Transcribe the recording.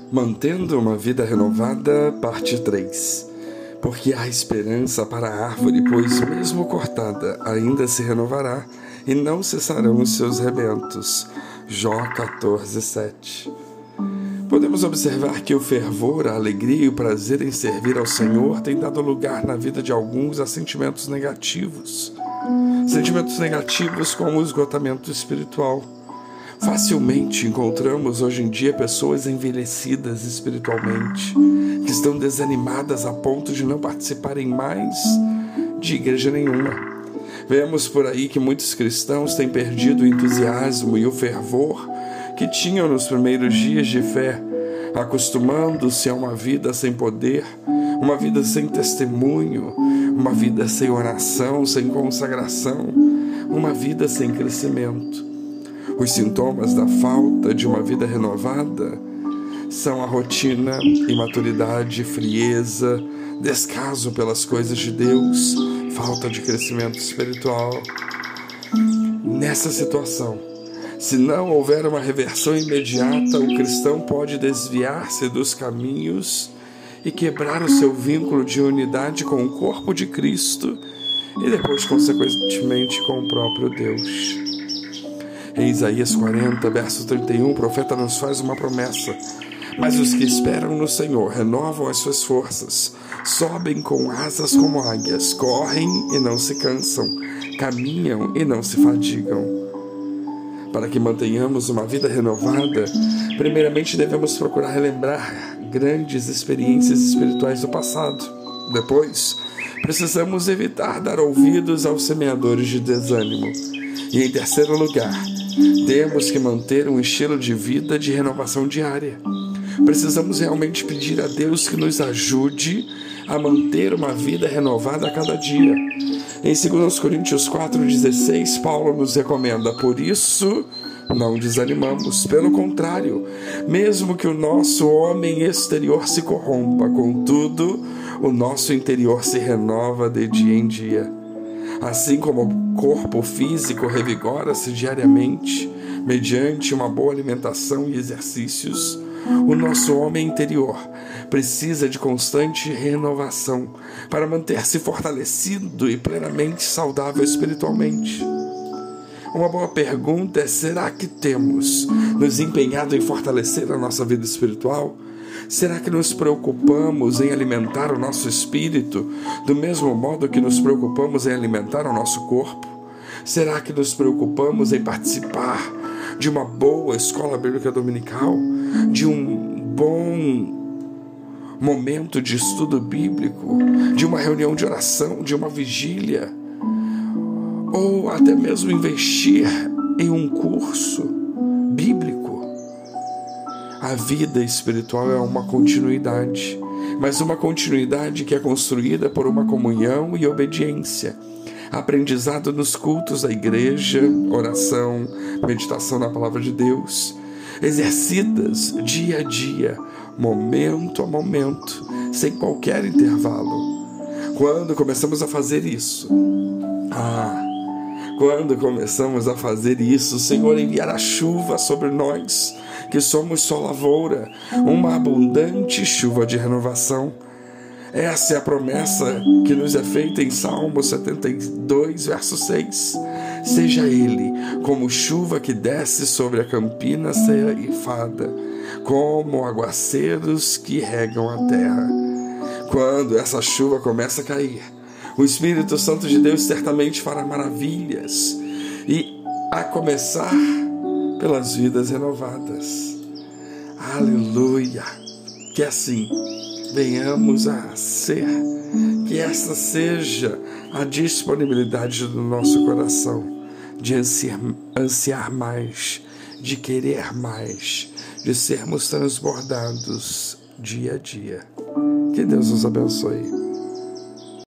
Mantendo uma vida renovada, parte 3. Porque há esperança para a árvore, pois mesmo cortada, ainda se renovará, e não cessarão os seus rebentos. Jó 14:7. Podemos observar que o fervor, a alegria e o prazer em servir ao Senhor têm dado lugar na vida de alguns a sentimentos negativos. Sentimentos negativos como o esgotamento espiritual. Facilmente encontramos hoje em dia pessoas envelhecidas espiritualmente, que estão desanimadas a ponto de não participarem mais de igreja nenhuma. Vemos por aí que muitos cristãos têm perdido o entusiasmo e o fervor que tinham nos primeiros dias de fé, acostumando-se a uma vida sem poder, uma vida sem testemunho, uma vida sem oração, sem consagração, uma vida sem crescimento. Os sintomas da falta de uma vida renovada são a rotina, imaturidade, frieza, descaso pelas coisas de Deus, falta de crescimento espiritual. Nessa situação, se não houver uma reversão imediata, o cristão pode desviar-se dos caminhos e quebrar o seu vínculo de unidade com o corpo de Cristo e depois, consequentemente, com o próprio Deus. Em Isaías 40, verso 31, o profeta nos faz uma promessa. Mas os que esperam no Senhor renovam as suas forças, sobem com asas como águias, correm e não se cansam, caminham e não se fadigam. Para que mantenhamos uma vida renovada, primeiramente devemos procurar relembrar grandes experiências espirituais do passado. Depois, precisamos evitar dar ouvidos aos semeadores de desânimo. E em terceiro lugar, temos que manter um estilo de vida de renovação diária. Precisamos realmente pedir a Deus que nos ajude a manter uma vida renovada a cada dia. Em 2 Coríntios 4,16, Paulo nos recomenda: por isso não desanimamos, pelo contrário, mesmo que o nosso homem exterior se corrompa, contudo, o nosso interior se renova de dia em dia. Assim como o corpo físico revigora-se diariamente, mediante uma boa alimentação e exercícios, o nosso homem interior precisa de constante renovação para manter-se fortalecido e plenamente saudável espiritualmente. Uma boa pergunta é: será que temos nos empenhado em fortalecer a nossa vida espiritual? Será que nos preocupamos em alimentar o nosso espírito do mesmo modo que nos preocupamos em alimentar o nosso corpo? Será que nos preocupamos em participar de uma boa escola bíblica dominical, de um bom momento de estudo bíblico, de uma reunião de oração, de uma vigília, ou até mesmo investir em um curso bíblico? A vida espiritual é uma continuidade, mas uma continuidade que é construída por uma comunhão e obediência, aprendizado nos cultos da igreja, oração, meditação na palavra de Deus, exercidas dia a dia, momento a momento, sem qualquer intervalo. Quando começamos a fazer isso, o Senhor enviará chuva sobre nós, que somos só lavoura, uma abundante chuva de renovação. Essa é a promessa que nos é feita em Salmo 72, verso 6. Seja ele como chuva que desce sobre a campina ceifada, como aguaceiros que regam a terra. Quando essa chuva começa a cair, o Espírito Santo de Deus certamente fará maravilhas, e a começar pelas vidas renovadas. Aleluia! Que assim venhamos a ser, que essa seja a disponibilidade do nosso coração, de ansiar mais, de querer mais, de sermos transbordados dia a dia. Que Deus nos abençoe.